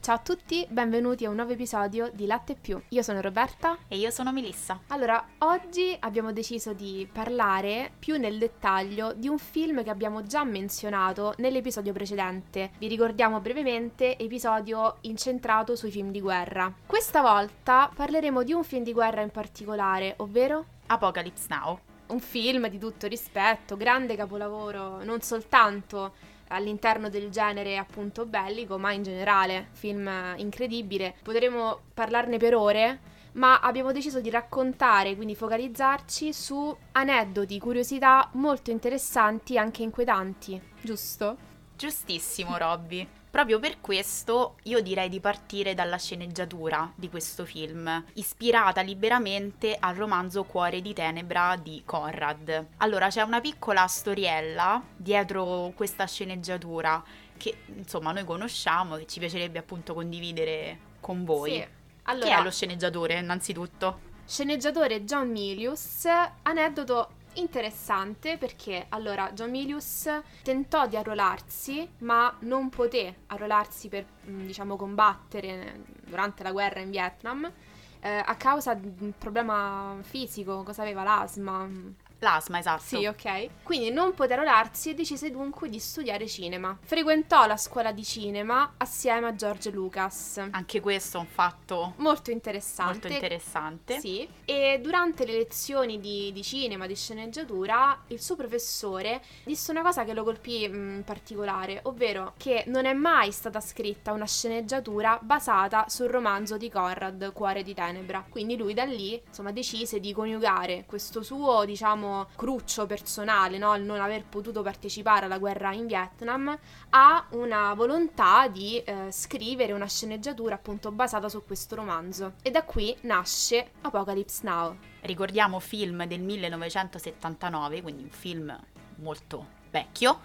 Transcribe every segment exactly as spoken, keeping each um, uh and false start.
Ciao a tutti, benvenuti a un nuovo episodio di Latte Più. Io sono Roberta. E io sono Melissa. Allora, oggi abbiamo deciso di parlare più nel dettaglio di un film che abbiamo già menzionato nell'episodio precedente. Vi ricordiamo brevemente, episodio incentrato sui film di guerra. Questa volta parleremo di un film di guerra in particolare, ovvero Apocalypse Now. Un film di tutto rispetto, grande capolavoro, non soltanto all'interno del genere appunto bellico, ma in generale, film incredibile. Potremo parlarne per ore, ma abbiamo deciso di raccontare, quindi focalizzarci su aneddoti, curiosità molto interessanti, anche inquietanti, giusto? Giustissimo, Robby. Proprio per questo io direi di partire dalla sceneggiatura di questo film, ispirata liberamente al romanzo Cuore di Tenebra di Conrad. Allora, c'è una piccola storiella dietro questa sceneggiatura che, insomma, noi conosciamo e ci piacerebbe appunto condividere con voi. Sì. Allora, chi è lo sceneggiatore, innanzitutto? Sceneggiatore John Milius, aneddoto interessante perché allora John Milius tentò di arruolarsi ma non poté arruolarsi per diciamo combattere durante la guerra in Vietnam eh, a causa di un problema fisico. Cosa aveva? L'asma? L'asma, esatto. Sì, ok. Quindi non poté arruolarsi e decise dunque di studiare cinema. Frequentò la scuola di cinema assieme a George Lucas. Anche questo è un fatto molto interessante. Molto interessante. Sì. E durante le lezioni di, di cinema, di sceneggiatura, il suo professore disse una cosa che lo colpì in particolare, ovvero che non è mai stata scritta una sceneggiatura basata sul romanzo di Conrad, Cuore di Tenebra. Quindi lui da lì, insomma, decise di coniugare questo suo, diciamo, cruccio personale, no? Il non aver potuto partecipare alla guerra in Vietnam, a una volontà di eh, scrivere una sceneggiatura appunto basata su questo romanzo. E da qui nasce Apocalypse Now. Ricordiamo, film del millenovecentosettantanove, quindi un film molto vecchio,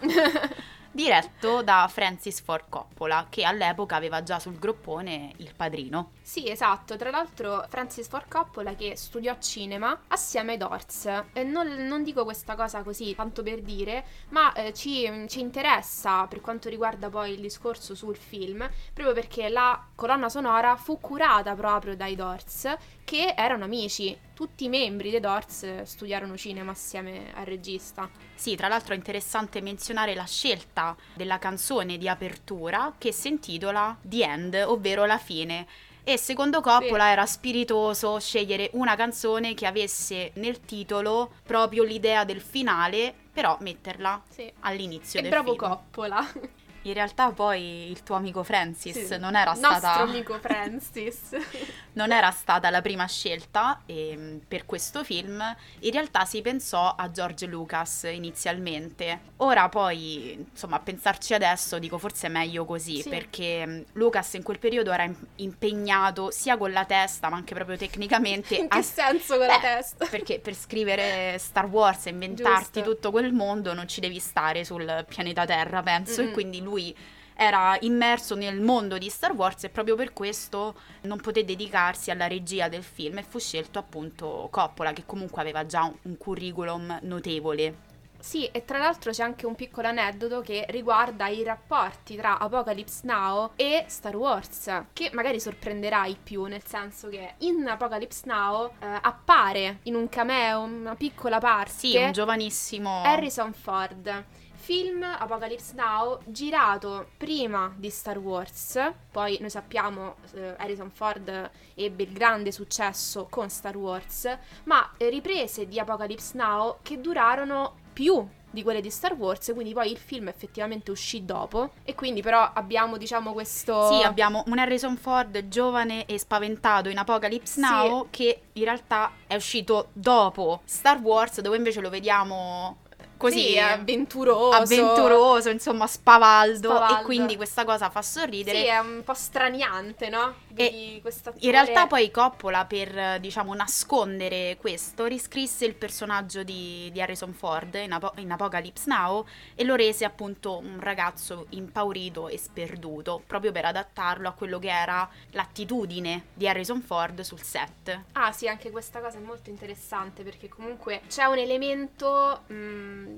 diretto da Francis Ford Coppola, che all'epoca aveva già sul groppone Il Padrino. Sì, esatto. Tra l'altro Francis Ford Coppola che studiò cinema assieme ai Doors. E non, non dico questa cosa così, tanto per dire, ma eh, ci, ci interessa per quanto riguarda poi il discorso sul film, proprio perché la colonna sonora fu curata proprio dai Doors, che erano amici. Tutti i membri dei Doors studiarono cinema assieme al regista. Sì, tra l'altro è interessante menzionare la scelta della canzone di apertura che si intitola The End, ovvero la fine. E secondo Coppola sì. era spiritoso scegliere una canzone che avesse nel titolo proprio l'idea del finale, però metterla sì. all'inizio e del bravo film. Coppola. In realtà poi il tuo amico Francis sì. non era stata... Nostro amico Francis. non era stata la prima scelta e, per questo film. In realtà si pensò a George Lucas inizialmente. Ora poi, insomma, a pensarci adesso dico forse è meglio così, sì. perché Lucas in quel periodo era impegnato sia con la testa ma anche proprio tecnicamente. In che a... senso con Beh, la testa? Perché per scrivere Star Wars e inventarti Giusto. tutto quel mondo non ci devi stare sul pianeta Terra, penso, Mm-mm. e quindi lui Lui era immerso nel mondo di Star Wars e proprio per questo non poté dedicarsi alla regia del film e fu scelto appunto Coppola, che comunque aveva già un, un curriculum notevole. Sì, e tra l'altro c'è anche un piccolo aneddoto che riguarda i rapporti tra Apocalypse Now e Star Wars, che magari sorprenderai più, nel senso che in Apocalypse Now eh, appare in un cameo, una piccola parte, sì, un giovanissimo Harrison Ford. Film Apocalypse Now girato prima di Star Wars, poi noi sappiamo eh, Harrison Ford ebbe il grande successo con Star Wars, ma eh, riprese di Apocalypse Now che durarono più di quelle di Star Wars, quindi poi il film effettivamente uscì dopo e quindi però abbiamo diciamo questo... Sì, abbiamo un Harrison Ford giovane e spaventato in Apocalypse Now, sì, che in realtà è uscito dopo Star Wars, dove invece lo vediamo... così sì, avventuroso avventuroso, insomma spavaldo, spavaldo, e quindi questa cosa fa sorridere. Sì, è un po' straniante, no? E in realtà poi Coppola, per diciamo nascondere questo, riscrisse il personaggio di, di Harrison Ford in, Apo- in Apocalypse Now e lo rese appunto un ragazzo impaurito e sperduto, proprio per adattarlo a quello che era l'attitudine di Harrison Ford sul set. Ah sì, anche questa cosa è molto interessante perché comunque c'è un elemento mh,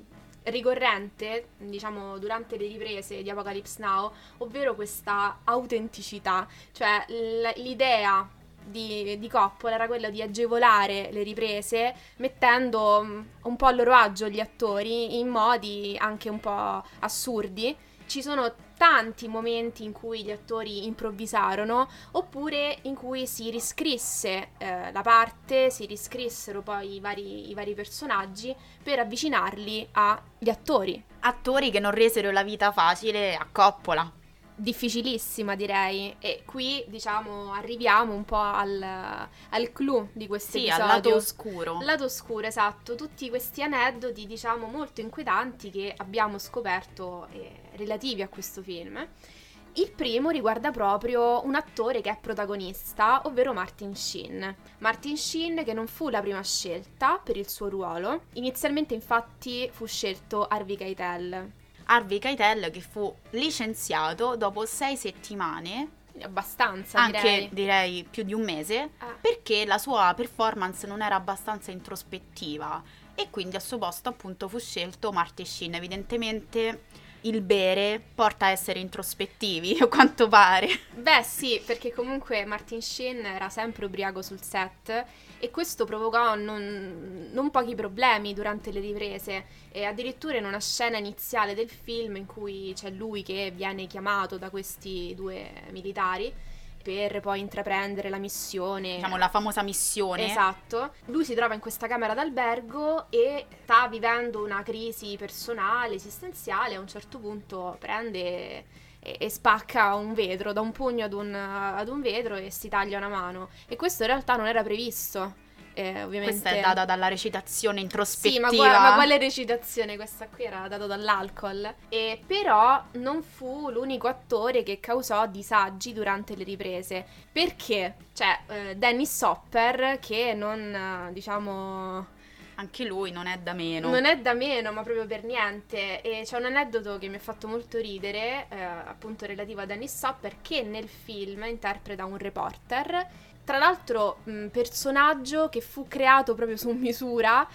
ricorrente, diciamo, durante le riprese di Apocalypse Now, ovvero questa autenticità, cioè l- l'idea di, di Coppola era quella di agevolare le riprese mettendo um, un po' a loro agio gli attori in modi anche un po' assurdi. Ci sono tanti momenti in cui gli attori improvvisarono oppure in cui si riscrisse eh, la parte, si riscrissero poi i vari, i vari personaggi per avvicinarli agli attori. Attori che non resero la vita facile a Coppola. Difficilissima, direi. E qui, diciamo, arriviamo un po' al, al clou di questo sì, episodio. Al lato oscuro. Lato oscuro, esatto. Tutti questi aneddoti, diciamo, molto inquietanti che abbiamo scoperto eh, relativi a questo film. Il primo riguarda proprio un attore che è protagonista, ovvero Martin Sheen. Martin Sheen che non fu la prima scelta per il suo ruolo. Inizialmente, infatti, fu scelto Harvey Keitel. Harvey Keitel che fu licenziato dopo sei settimane, abbastanza anche direi, direi più di un mese, ah. perché la sua performance non era abbastanza introspettiva e quindi al suo posto appunto fu scelto Martin Sheen. Evidentemente il bere porta a essere introspettivi, a quanto pare. Beh sì, perché comunque Martin Sheen era sempre ubriaco sul set e questo provocò non, non pochi problemi durante le riprese, e addirittura in una scena iniziale del film in cui c'è lui che viene chiamato da questi due militari per poi intraprendere la missione, diciamo la famosa missione. Esatto. Lui si trova in questa camera d'albergo e sta vivendo una crisi personale, esistenziale. A un certo punto prende e, e spacca un vetro, da un pugno ad un, ad un vetro e si taglia una mano. E questo in realtà non era previsto. Eh, ovviamente. Questa è data dalla recitazione introspettiva. Sì, ma, gu- ma quale recitazione? Questa qui era data dall'alcol. E però non fu l'unico attore che causò disagi durante le riprese. Perché? Cioè, eh, Dennis Hopper, che non, eh, diciamo... Anche lui non è da meno. Non è da meno, ma proprio per niente. E c'è un aneddoto che mi ha fatto molto ridere, eh, appunto relativo a Dennis Hopper, che nel film interpreta un reporter. Tra l'altro, mh, personaggio che fu creato proprio su misura.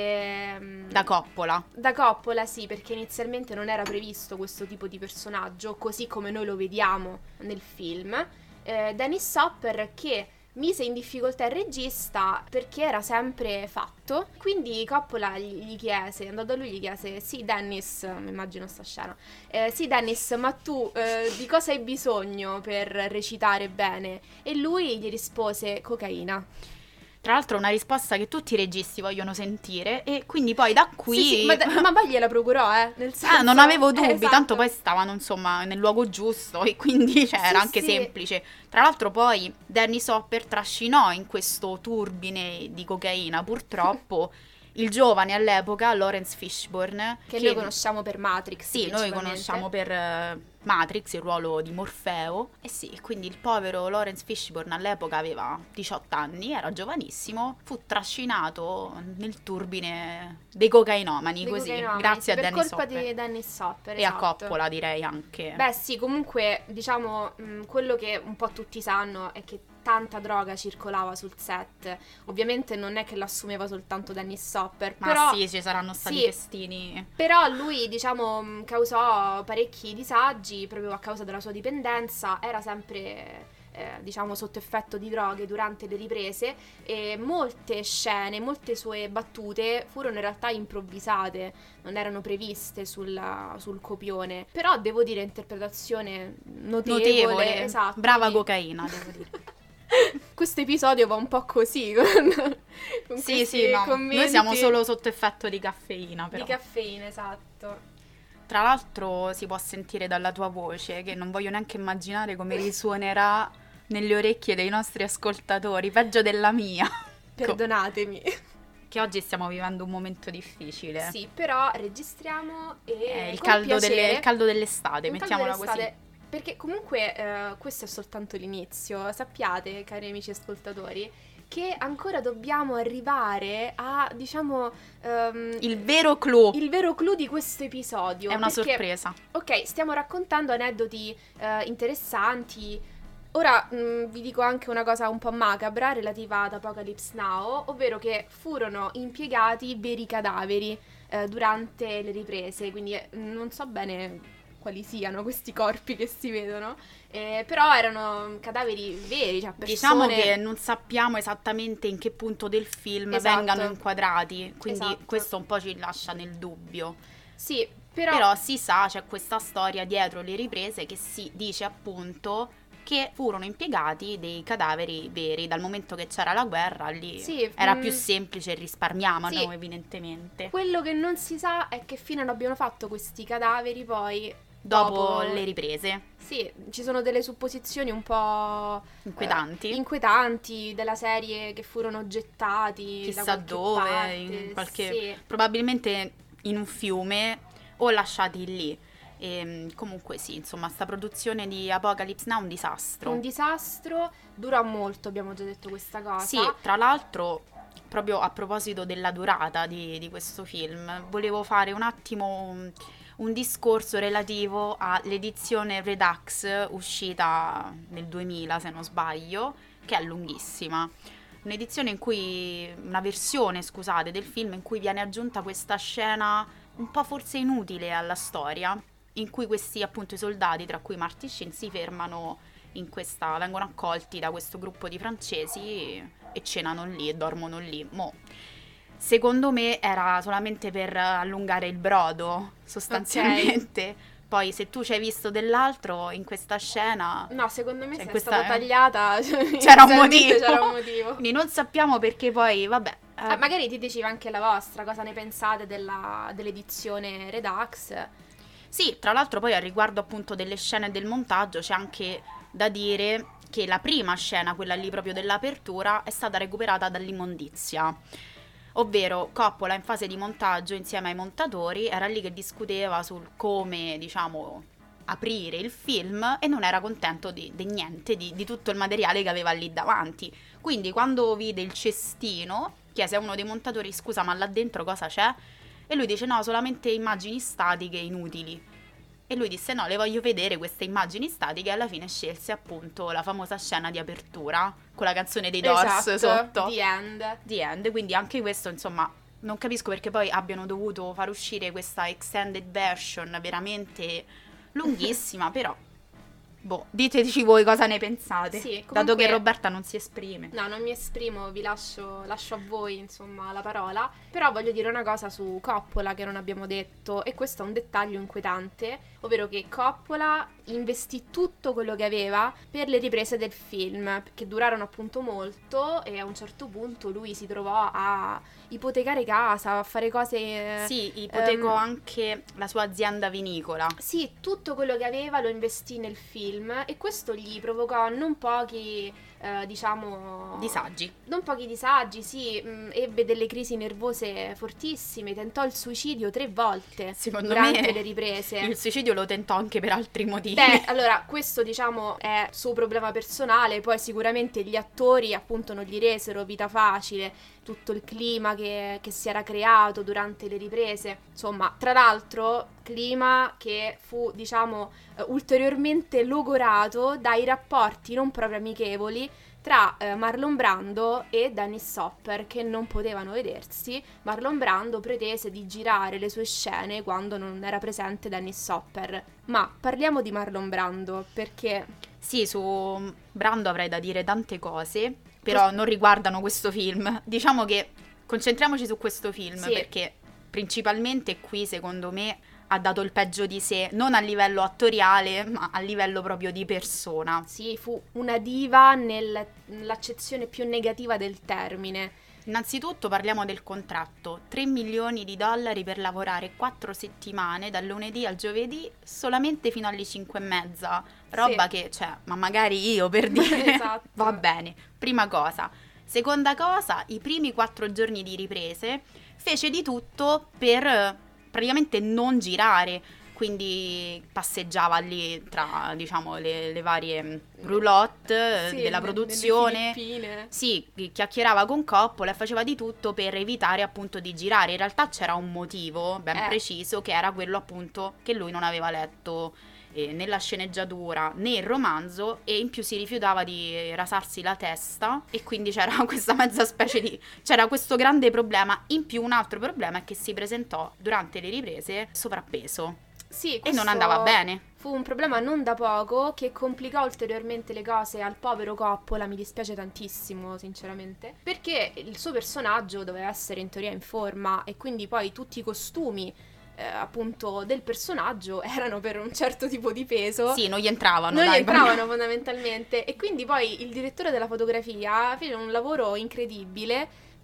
Ehm, da Coppola. Da Coppola, sì, perché inizialmente non era previsto questo tipo di personaggio, così come noi lo vediamo nel film. Eh, Dennis Hopper che mise in difficoltà il regista perché era sempre fatto. Quindi Coppola gli, gli chiese, andò da lui e gli chiese: sì Dennis, mi immagino sta scena, eh, sì Dennis, ma tu eh, di cosa hai bisogno per recitare bene? E lui gli rispose: cocaina. Tra l'altro una risposta che tutti i registi vogliono sentire, e quindi poi da qui... Sì, sì, ma, ma poi gliela procurò, eh, nel senso... Ah, non avevo dubbi, eh, esatto. Tanto poi stavano insomma nel luogo giusto e quindi cioè, sì, era anche sì. semplice. Tra l'altro poi Dennis Hopper trascinò in questo turbine di cocaina purtroppo il giovane all'epoca Lawrence Fishburne. Che, che noi conosciamo per Matrix. Sì, noi conosciamo per uh, Matrix, il ruolo di Morfeo. E sì, quindi il povero Lawrence Fishburne all'epoca aveva diciotto anni, era giovanissimo, fu trascinato nel turbine dei cocainomani, dei così, cocainomani, grazie sì, a Dennis Hopper. Per colpa di Dennis Hopper, e esatto. a Coppola direi anche. Beh sì, comunque diciamo mh, quello che un po' tutti sanno è che tanta droga circolava sul set. Ovviamente non è che l'assumeva soltanto Dennis Hopper, ma però sì, ci saranno stati sì, festini. Però lui, diciamo, causò parecchi disagi proprio a causa della sua dipendenza. Era sempre, eh, diciamo, sotto effetto di droghe durante le riprese, e molte scene, molte sue battute furono in realtà improvvisate, non erano previste sul, sul copione. Però devo dire interpretazione notevole, notevole. Esatto, brava quindi... cocaina, devo dire. Questo episodio va un po' così con, con sì, sì, no. Noi siamo solo sotto effetto di caffeina, però. Di caffeina, esatto. Tra l'altro si può sentire dalla tua voce che non voglio neanche immaginare come risuonerà nelle orecchie dei nostri ascoltatori, peggio della mia. Perdonatemi. Che oggi stiamo vivendo un momento difficile. Sì, però registriamo e eh, il, con caldo piacere, delle, il caldo dell'estate, il mettiamola caldo dell'estate, così. Perché comunque eh, questo è soltanto l'inizio. Sappiate, cari amici ascoltatori, che ancora dobbiamo arrivare a, diciamo... Um, il vero clou. Il vero clou di questo episodio. È una perché, sorpresa. Ok, stiamo raccontando aneddoti uh, interessanti, Ora mh, vi dico anche una cosa un po' macabra relativa ad Apocalypse Now, ovvero che furono impiegati veri cadaveri eh, durante le riprese, quindi eh, non so bene quali siano questi corpi che si vedono, eh, però erano cadaveri veri, cioè persone... Diciamo che non sappiamo esattamente in che punto del film Esatto. vengano inquadrati, quindi Esatto. questo un po' ci lascia nel dubbio. Sì, però... Però si sa, c'è questa storia dietro le riprese che si dice appunto che furono impiegati dei cadaveri veri, dal momento che c'era la guerra lì Sì, era mm, più semplice, risparmiavano sì. evidentemente. Quello che non si sa è che fine abbiano fatto questi cadaveri poi Dopo, dopo le riprese Sì, ci sono delle supposizioni un po' inquietanti, eh, inquietanti della serie che furono gettati da chissà qualche dove, parte. in qualche, Sì. probabilmente in un fiume o lasciati lì. E, comunque sì, insomma, sta produzione di Apocalypse Now è un disastro. Un disastro, dura molto, abbiamo già detto questa cosa. Sì, tra l'altro, proprio a proposito della durata di, di questo film, volevo fare un attimo un, un discorso relativo all'edizione Redux uscita nel duemila, se non sbaglio, che è lunghissima. Un'edizione in cui, una versione, scusate, del film in cui viene aggiunta questa scena un po' forse inutile alla storia, in cui questi appunto i soldati, tra cui Marty Sheen, si fermano in questa, vengono accolti da questo gruppo di francesi e cenano lì e dormono lì. Mo, secondo me era solamente per allungare il brodo, sostanzialmente. Okay. Poi se tu ci hai visto dell'altro in questa scena... No, secondo me cioè, se è questa, stata tagliata... C'era un motivo. C'era un motivo. Quindi non sappiamo perché poi, vabbè... Eh. Ah, magari ti diceva anche la vostra, cosa ne pensate della, dell'edizione Redux? Sì, tra l'altro poi a riguardo appunto delle scene del montaggio c'è anche da dire che la prima scena, quella lì proprio dell'apertura, è stata recuperata dall'immondizia. Ovvero Coppola in fase di montaggio insieme ai montatori era lì che discuteva sul come, diciamo, aprire il film e non era contento di, di niente, di, di tutto il materiale che aveva lì davanti. Quindi quando vide il cestino chiese a uno dei montatori: scusa, ma là dentro cosa c'è? E lui dice: no, solamente immagini statiche inutili. E lui disse: no, le voglio vedere queste immagini statiche. E alla fine scelse appunto la famosa scena di apertura con la canzone dei Doors esatto, sotto. The End. The End. Quindi anche questo, insomma, non capisco perché poi abbiano dovuto far uscire questa extended version veramente lunghissima, però boh, diteci voi cosa ne pensate, sì, comunque, dato che Roberta non si esprime. No, non mi esprimo, vi lascio, lascio a voi insomma la parola. Però voglio dire una cosa su Coppola che non abbiamo detto, e questo è un dettaglio inquietante, ovvero che Coppola investì tutto quello che aveva per le riprese del film, che durarono appunto molto, e a un certo punto lui si trovò a ipotecare casa, a fare cose... Sì, ipotecò ehm, anche la sua azienda vinicola. Sì, tutto quello che aveva lo investì nel film, e questo gli provocò non pochi, eh, diciamo... disagi. Non pochi disagi, sì, mh, ebbe delle crisi nervose fortissime, tentò il suicidio tre volte Secondo durante me le riprese. Il suicidio lo tentò anche per altri motivi. Beh, allora, questo diciamo è suo problema personale, poi sicuramente gli attori appunto non gli resero vita facile, tutto il clima che, che si era creato durante le riprese, insomma, tra l'altro clima che fu diciamo eh, ulteriormente logorato dai rapporti non proprio amichevoli tra eh, Marlon Brando e Dennis Hopper, che non potevano vedersi. Marlon Brando pretese di girare le sue scene quando non era presente Dennis Hopper. Ma parliamo di Marlon Brando, perché... Sì, su Brando avrei da dire tante cose, però non riguardano questo film. Diciamo che concentriamoci su questo film, sì, perché principalmente qui secondo me ha dato il peggio di sé, non a livello attoriale, ma a livello proprio di persona. Sì, fu una diva nel, nell'accezione più negativa del termine. Innanzitutto parliamo del contratto: tre milioni di dollari per lavorare quattro settimane, dal lunedì al giovedì, solamente fino alle cinque e mezza. Roba sì, che, cioè, ma magari io per dire, esatto, va bene. Prima cosa. Seconda cosa, i primi quattro giorni di riprese fece di tutto per praticamente non girare. quindi passeggiava lì tra, diciamo, le, le varie roulotte Sì, della ne- produzione. nelle Filippine. Sì, chiacchierava con Coppola e faceva di tutto per evitare appunto di girare. In realtà c'era un motivo ben Eh. preciso, che era quello appunto che lui non aveva letto eh, né la sceneggiatura né il romanzo, e in più si rifiutava di rasarsi la testa, e quindi c'era questa mezza specie di... c'era questo grande problema. In più un altro problema è che si presentò durante le riprese sovrappeso Sì, e non questo andava bene. fu un problema non da poco che complicò ulteriormente le cose al povero Coppola, mi dispiace tantissimo sinceramente, perché il suo personaggio doveva essere in teoria in forma e quindi poi tutti i costumi eh, appunto del personaggio erano per un certo tipo di peso. Sì, non gli entravano. Non gli dai, entravano parliamo. fondamentalmente, e quindi poi il direttore della fotografia fece un lavoro incredibile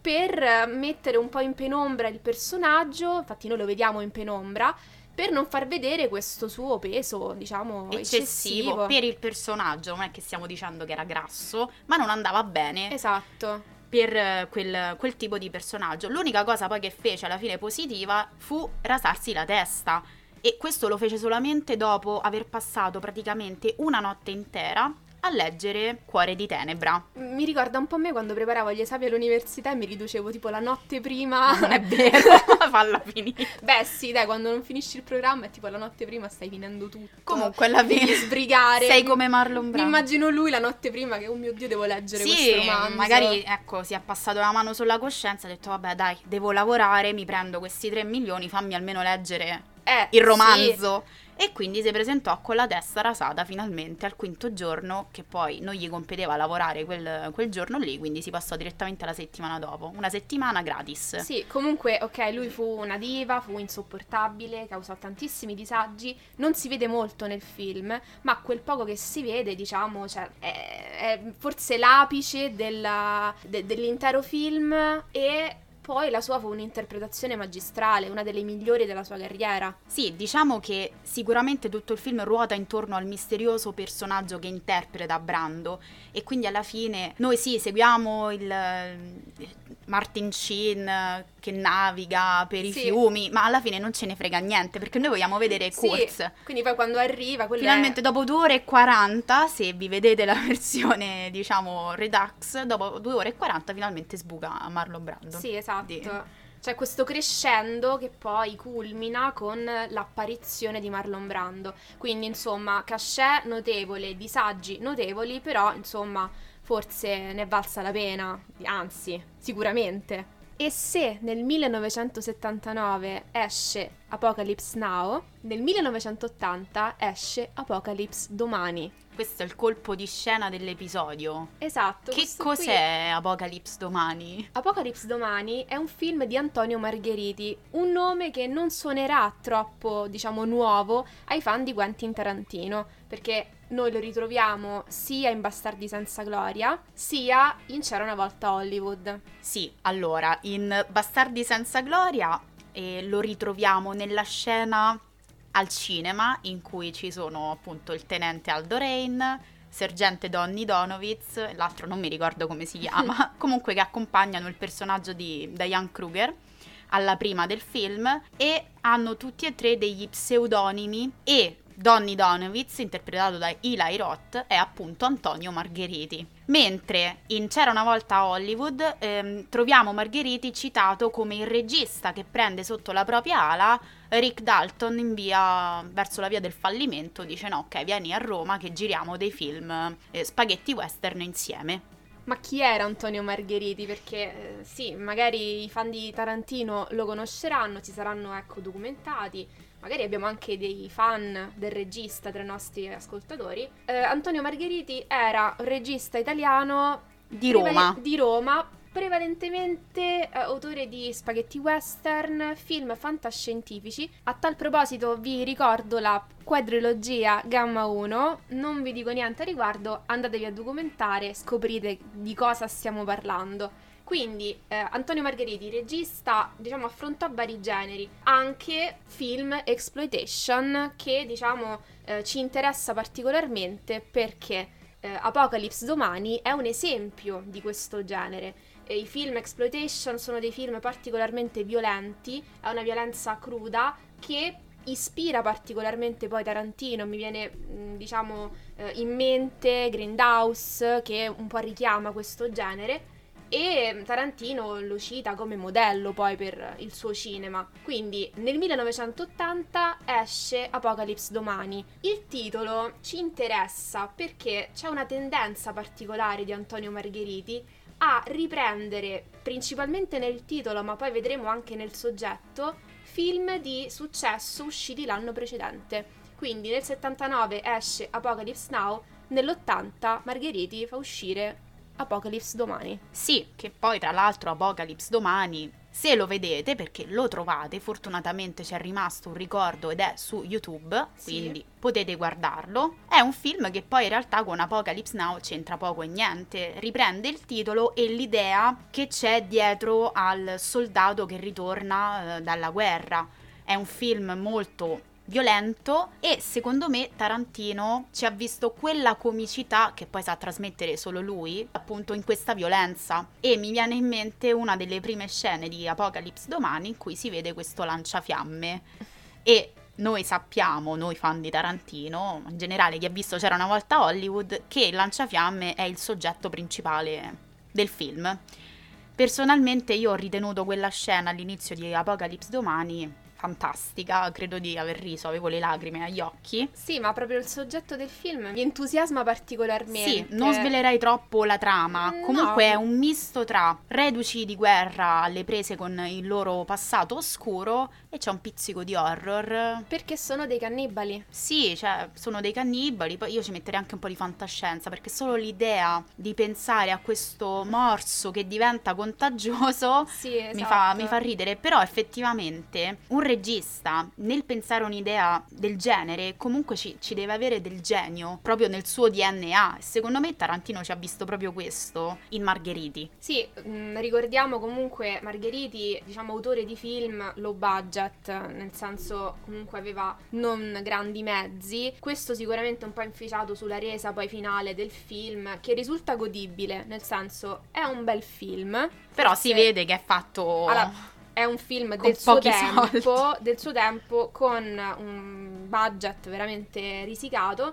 per mettere un po' in penombra il personaggio, infatti noi lo vediamo in penombra, per non far vedere questo suo peso, diciamo, Eccessivo, eccessivo. per il personaggio. Non è che stiamo dicendo che era grasso, ma non andava bene Esatto. per eh, quel, quel tipo di personaggio. L'unica cosa poi che fece alla fine positiva fu rasarsi la testa, e questo lo fece solamente dopo aver passato praticamente una notte intera a leggere Cuore di Tenebra. Mi ricorda un po' me quando preparavo gli esami all'università e mi riducevo tipo la notte prima. Non è vero, falla finire. Beh sì, dai, quando non finisci il programma è tipo la notte prima stai finendo tutto. Comunque alla Devi fine sbrigare. sei come Marlon Mi Brando. immagino lui la notte prima che, oh mio Dio, devo leggere questo Sì, romanzo. magari ecco, si è passato la mano sulla coscienza, ha detto vabbè dai, devo lavorare, mi prendo questi tre milioni, fammi almeno leggere Eh, il sì. romanzo. E quindi si presentò con la testa rasata finalmente al quinto giorno, che poi non gli competeva lavorare quel, quel giorno lì, quindi si passò direttamente alla settimana dopo, una settimana gratis. Sì, comunque, ok, lui fu una diva, fu insopportabile, causò tantissimi disagi, non si vede molto nel film, ma quel poco che si vede, diciamo, cioè, è, è forse l'apice della- de- dell'intero film, e poi la sua fu un'interpretazione magistrale, una delle migliori della sua carriera. Sì, diciamo che sicuramente tutto il film ruota intorno al misterioso personaggio che interpreta Brando, e quindi alla fine noi sì, seguiamo il eh, Martin Sheen che naviga per i Sì. fiumi, ma alla fine non ce ne frega niente, perché noi vogliamo vedere Sì, Kurtz. quindi poi quando arriva, quello Finalmente è... dopo due ore e quaranta, se vi vedete la versione diciamo Redux, dopo due ore e quaranta finalmente sbuca Marlon Brando. Sì, esatto. Di- C'è questo crescendo che poi culmina con l'apparizione di Marlon Brando. Quindi, insomma, cachet notevole, disagi notevoli, però, insomma, forse ne è valsa la pena, anzi, sicuramente. E se nel millenovecentosettantanove esce Apocalypse Now, nel millenovecentottanta esce Apocalypse Domani. Questo è il colpo di scena dell'episodio. Esatto. Che questo qui- cos'è Apocalypse Domani? Apocalypse Domani è un film di Antonio Margheriti, un nome che non suonerà troppo, diciamo, nuovo ai fan di Quentin Tarantino, perché noi lo ritroviamo sia in Bastardi senza gloria, sia in C'era una volta Hollywood. Sì, allora, in Bastardi senza gloria eh, lo ritroviamo nella scena al cinema in cui ci sono appunto il tenente Aldo Rain, sergente Donny Donowitz, l'altro non mi ricordo come si chiama, comunque che accompagnano il personaggio di Diane Kruger alla prima del film, e hanno tutti e tre degli pseudonimi, e Donny Donowitz, interpretato da Eli Roth, è appunto Antonio Margheriti. Mentre in C'era una volta a Hollywood ehm, troviamo Margheriti citato come il regista che prende sotto la propria ala Rick Dalton in via, verso la via del fallimento, dice no, ok, vieni a Roma che giriamo dei film eh, spaghetti western insieme. Ma chi era Antonio Margheriti? Perché eh, sì, magari i fan di Tarantino lo conosceranno, si saranno, ecco, documentati. Magari abbiamo anche dei fan del regista tra i nostri ascoltatori. Eh, Antonio Margheriti era un regista italiano Di prevale- Roma. di Roma, prevalentemente eh, autore di spaghetti western, film fantascientifici. A tal proposito vi ricordo la quadrilogia Gamma uno, non vi dico niente a riguardo, andatevi a documentare, scoprite di cosa stiamo parlando. Quindi eh, Antonio Margheriti, regista, diciamo, affrontò vari generi, anche film exploitation, che diciamo eh, ci interessa particolarmente perché eh, Apocalypse Domani è un esempio di questo genere. E i film exploitation sono dei film particolarmente violenti, è una violenza cruda che ispira particolarmente poi Tarantino. Mi viene mh, diciamo eh, in mente Grindhouse, che un po' richiama questo genere, e Tarantino lo cita come modello poi per il suo cinema. Quindi nel millenovecentottanta esce Apocalypse Domani. Il titolo ci interessa perché c'è una tendenza particolare di Antonio Margheriti a riprendere, principalmente nel titolo ma poi vedremo anche nel soggetto, film di successo usciti l'anno precedente. Quindi nel settantanove esce Apocalypse Now, nell'ottanta Margheriti fa uscire Apocalypse Domani. Sì, che poi tra l'altro Apocalypse Domani, se lo vedete, perché lo trovate, fortunatamente c'è rimasto un ricordo ed è su YouTube, Sì. quindi potete guardarlo. È un film che poi in realtà con Apocalypse Now c'entra poco e niente, riprende il titolo e l'idea che c'è dietro al soldato che ritorna eh, dalla guerra. È un film molto violento e secondo me Tarantino ci ha visto quella comicità che poi sa trasmettere solo lui, appunto in questa violenza. E mi viene in mente una delle prime scene di Apocalypse Domani in cui si vede questo lanciafiamme e noi sappiamo, noi fan di Tarantino, in generale chi ha visto C'era una volta Hollywood, che il lanciafiamme è il soggetto principale del film. Personalmente io ho ritenuto quella scena all'inizio di Apocalypse Domani fantastica, credo di aver riso, avevo le lacrime agli occhi. Sì, ma proprio il soggetto del film mi entusiasma particolarmente. Sì, non svelerei troppo la trama, No. comunque è un misto tra reduci di guerra alle prese con il loro passato oscuro e c'è un pizzico di horror. Perché sono dei cannibali. Sì, cioè sono dei cannibali, poi io ci metterei anche un po' di fantascienza, perché solo l'idea di pensare a questo morso che diventa contagioso Sì, esatto. mi fa, mi fa ridere, però effettivamente un regista nel pensare un'idea del genere comunque ci, ci deve avere del genio proprio nel suo D N A, e secondo me Tarantino ci ha visto proprio questo in Margheriti. Sì, mh, ricordiamo comunque Margheriti, diciamo autore di film low budget, nel senso comunque aveva non grandi mezzi. Questo sicuramente un po' inficiato sulla resa poi finale del film, che risulta godibile, nel senso è un bel film. Però Forse- si vede che è fatto... Allora, è un film con del suo pochi tempo, soldi. del suo tempo, con un budget veramente risicato.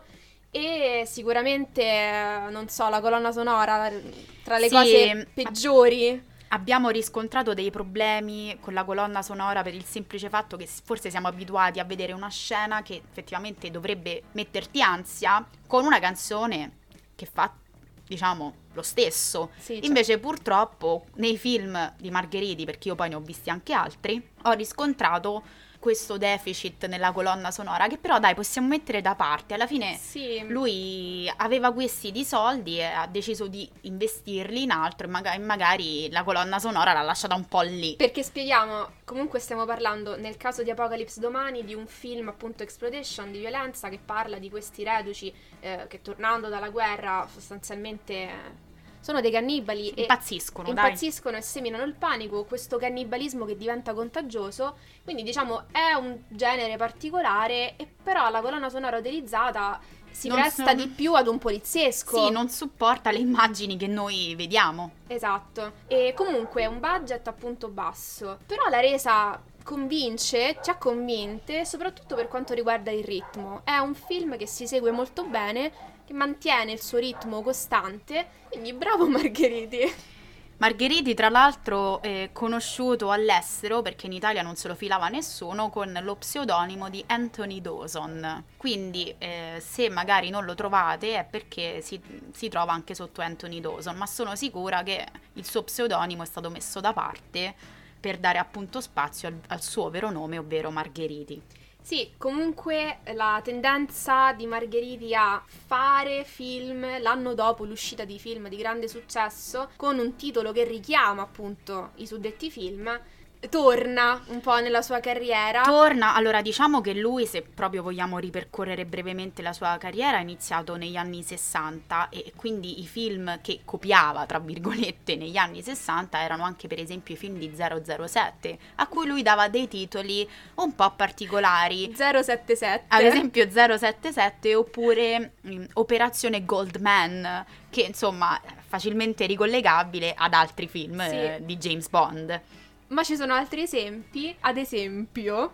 E sicuramente, eh, non so, la colonna sonora, tra le Sì, cose peggiori. Abbiamo riscontrato dei problemi con la colonna sonora per il semplice fatto che forse siamo abituati a vedere una scena che effettivamente dovrebbe metterti ansia con una canzone che fa, diciamo, lo stesso. Sì, cioè- Invece purtroppo nei film di Margheriti, perché io poi ne ho visti anche altri, ho riscontrato questo deficit nella colonna sonora, che però dai possiamo mettere da parte. Alla fine Sì. lui aveva questi di soldi e ha deciso di investirli in altro e maga- magari la colonna sonora l'ha lasciata un po' lì. Perché spieghiamo, comunque stiamo parlando nel caso di Apocalypse Domani di un film appunto exploitation, di violenza, che parla di questi reduci eh, che tornando dalla guerra sostanzialmente eh, sono dei cannibali e Impazziscono, dai. impazziscono e seminano il panico, questo cannibalismo che diventa contagioso. Quindi diciamo è un genere particolare, e però la colonna sonora utilizzata si Non presta so- di più ad un poliziesco. Sì, non supporta le immagini che noi vediamo. Esatto. E comunque un budget appunto basso, però la resa convince, ci ha convinte, soprattutto per quanto riguarda il ritmo. È un film che si segue molto bene, che mantiene il suo ritmo costante, quindi bravo Margheriti. Margheriti, tra l'altro, è conosciuto all'estero, perché in Italia non se lo filava nessuno, con lo pseudonimo di Anthony Dawson. Quindi, eh, se magari non lo trovate, è perché si, si trova anche sotto Anthony Dawson, ma sono sicura che il suo pseudonimo è stato messo da parte per dare appunto spazio al, al suo vero nome, ovvero Margheriti. Sì, comunque la tendenza di Margheriti a fare film l'anno dopo l'uscita di film di grande successo con un titolo che richiama appunto i suddetti film torna un po' nella sua carriera. Torna, allora diciamo che lui, se proprio vogliamo ripercorrere brevemente la sua carriera, ha iniziato negli anni sessanta e quindi i film che copiava, tra virgolette, negli anni sessanta erano anche per esempio i film di zero zero sette, a cui lui dava dei titoli un po' particolari. zero sette sette. Ad esempio zero sette sette oppure mh, Operazione Goldman, che insomma è facilmente ricollegabile ad altri film Sì. eh, di James Bond. Ma ci sono altri esempi, ad esempio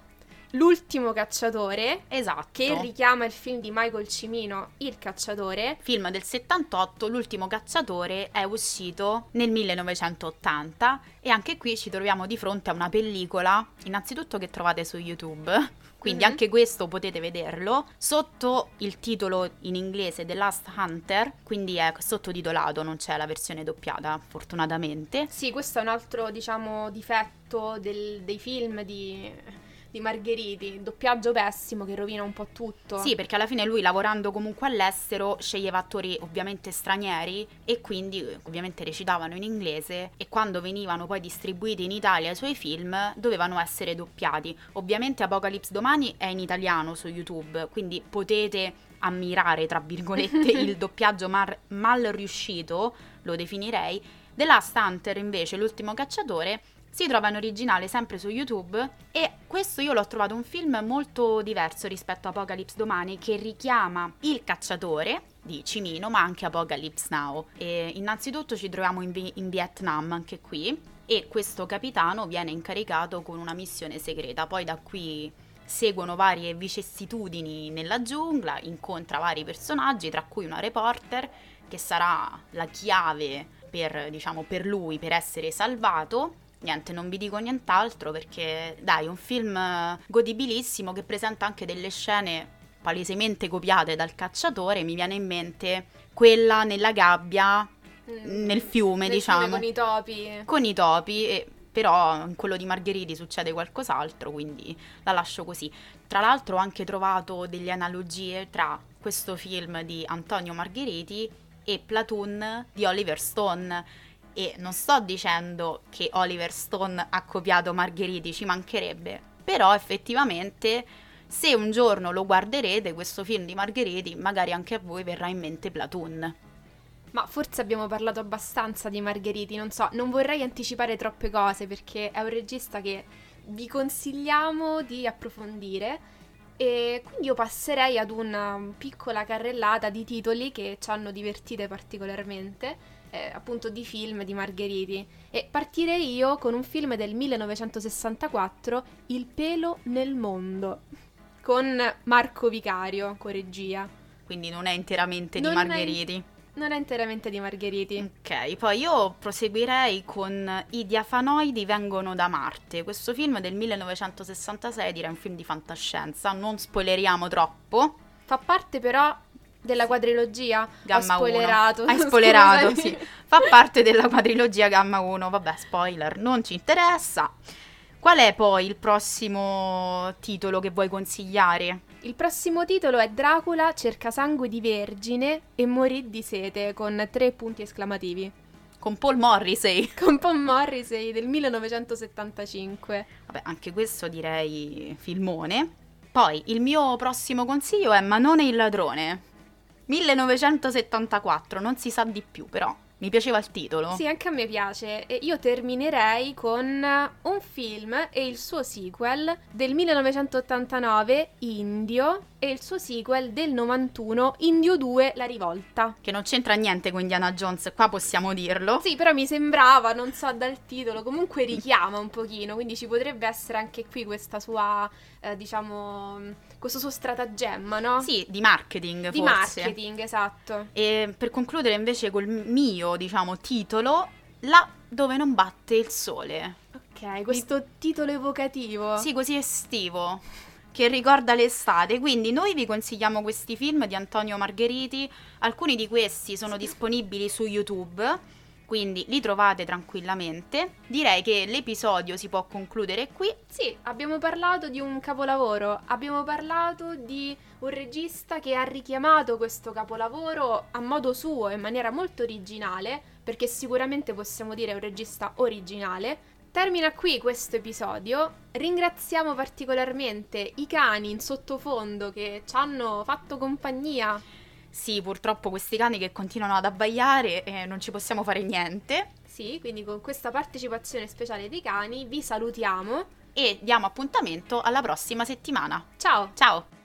L'ultimo cacciatore, Esatto. che richiama il film di Michael Cimino, Il cacciatore. Film del settantotto, L'ultimo cacciatore è uscito nel millenovecentottanta e anche qui ci troviamo di fronte a una pellicola, innanzitutto che trovate su YouTube, quindi mm-hmm. anche questo potete vederlo, sotto il titolo in inglese The Last Hunter, quindi è sottotitolato, non c'è la versione doppiata, fortunatamente. Sì, questo è un altro, diciamo, difetto del, dei film di... di Margheriti, doppiaggio pessimo che rovina un po' tutto. Sì, perché alla fine lui, lavorando comunque all'estero, sceglieva attori ovviamente stranieri e quindi ovviamente recitavano in inglese, e quando venivano poi distribuiti in Italia i suoi film dovevano essere doppiati. Ovviamente Apocalypse Domani è in italiano su YouTube, quindi potete ammirare, tra virgolette, il doppiaggio mar- mal riuscito, lo definirei. The Last Hunter invece, L'ultimo cacciatore, si trova in originale sempre su YouTube, e questo io l'ho trovato un film molto diverso rispetto a Apocalypse Domani, che richiama Il cacciatore di Cimino ma anche Apocalypse Now. E innanzitutto ci troviamo in, vi- in Vietnam anche qui, e questo capitano viene incaricato con una missione segreta. Poi da qui seguono varie vicissitudini nella giungla, incontra vari personaggi, tra cui una reporter che sarà la chiave per, diciamo, per lui per essere salvato. Niente, non vi dico nient'altro perché, dai, è un film godibilissimo che presenta anche delle scene palesemente copiate dal cacciatore. Mi viene in mente quella nella gabbia, mm, nel fiume, nel diciamo. Fiume con i topi. Con i topi, e però in quello di Margheriti succede qualcos'altro, quindi la lascio così. Tra l'altro ho anche trovato delle analogie tra questo film di Antonio Margheriti e Platoon di Oliver Stone. E non sto dicendo che Oliver Stone ha copiato Margheriti, ci mancherebbe, però effettivamente se un giorno lo guarderete questo film di Margheriti, magari anche a voi verrà in mente Platoon. Ma forse abbiamo parlato abbastanza di Margheriti, non so, non vorrei anticipare troppe cose perché è un regista che vi consigliamo di approfondire, e quindi io passerei ad una piccola carrellata di titoli che ci hanno divertite particolarmente. Eh, appunto di film di Margheriti, e partirei io con un film del millenovecentosessantaquattro, Il pelo nel mondo, con Marco Vicario, con regia. Quindi non è interamente non di Margheriti. È, non è interamente di Margheriti. Ok, poi io proseguirei con I diafanoidi vengono da Marte. Questo film del millenovecentosessantasei, direi un film di fantascienza, non spoileriamo troppo. Fa parte però della quadrilogia? Gamma Ho spoilerato. uno. Hai spoilerato, sì. Fa parte della quadrilogia Gamma uno. Vabbè, spoiler, non ci interessa. Qual è poi il prossimo titolo che vuoi consigliare? Il prossimo titolo è Dracula cerca sangue di vergine e morì di sete, con tre punti esclamativi. Con Paul Morrissey. Con Paul Morrissey del millenovecentosettantacinque. Vabbè, anche questo direi filmone. Poi il mio prossimo consiglio è Manone il ladrone. millenovecentosettantaquattro, non si sa di più, però mi piaceva il titolo. Sì, anche a me piace. E io terminerei con un film e il suo sequel del millenovecentottantanove, Indio, e il suo sequel del novantuno, Indio due, La rivolta. Che non c'entra niente con Indiana Jones, qua possiamo dirlo. Sì, però mi sembrava, non so dal titolo, comunque richiama un pochino, quindi ci potrebbe essere anche qui questa sua, eh, diciamo, questo suo stratagemma, no? Sì, di marketing, di forse. Di marketing, esatto. E per concludere invece col mio, diciamo, titolo, Là dove non batte il sole. Ok, questo Mi... titolo evocativo. Sì, così estivo, che ricorda l'estate. Quindi noi vi consigliamo questi film di Antonio Margheriti. Alcuni di questi sono disponibili su YouTube, quindi li trovate tranquillamente. Direi che l'episodio si può concludere qui. Sì, abbiamo parlato di un capolavoro, abbiamo parlato di un regista che ha richiamato questo capolavoro a modo suo, in maniera molto originale, perché sicuramente possiamo dire è un regista originale. Termina qui questo episodio. Ringraziamo particolarmente i cani in sottofondo che ci hanno fatto compagnia. Sì, purtroppo questi cani che continuano ad abbaiare e non ci possiamo fare niente. Sì, quindi con questa partecipazione speciale dei cani vi salutiamo e diamo appuntamento alla prossima settimana. Ciao! Ciao!